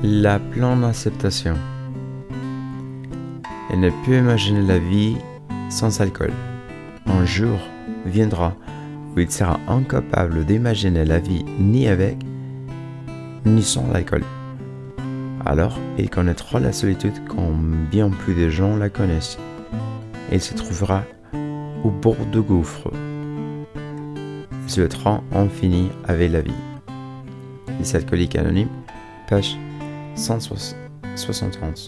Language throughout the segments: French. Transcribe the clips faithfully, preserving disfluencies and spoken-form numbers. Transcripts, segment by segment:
La pleine acceptation. Elle ne peut imaginer la vie sans alcool. Un jour viendra où il sera incapable d'imaginer la vie ni avec, ni sans l'alcool. Alors, il connaîtra la solitude comme bien plus de gens la connaissent. Il se trouvera au bord du gouffre. Il souhaitera en finir avec la vie. Les alcooliques anonymes, page cent soixante-onze.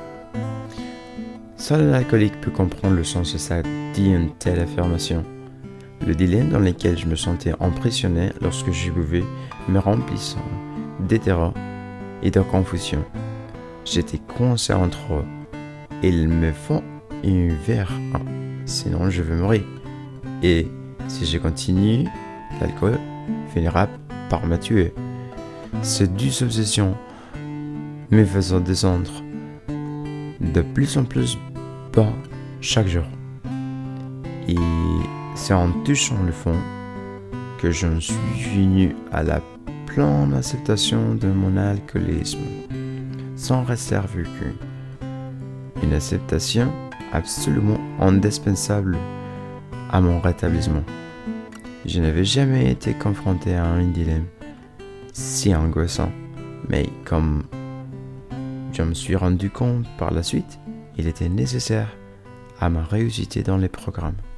Seul un alcoolique peut comprendre le sens de ça, dit une telle affirmation. Le dilemme dans lequel je me sentais emprisonné lorsque je buvais me remplissant d'éterre et de confusion. J'étais coincé entre eux. Ils me font un verre, sinon je vais mourir. Et si je continue, l'alcool finira par me tuer. Ces deux obsessions me faisaient descendre de plus en plus bas chaque jour. Et c'est en touchant le fond que je suis venu à la pleine acceptation de mon alcoolisme, sans réserve aucune. Une acceptation absolument indispensable à mon rétablissement. Je n'avais jamais été confronté à un dilemme si angoissant, mais comme je me suis rendu compte par la suite, il était nécessaire à ma réussite dans les programmes.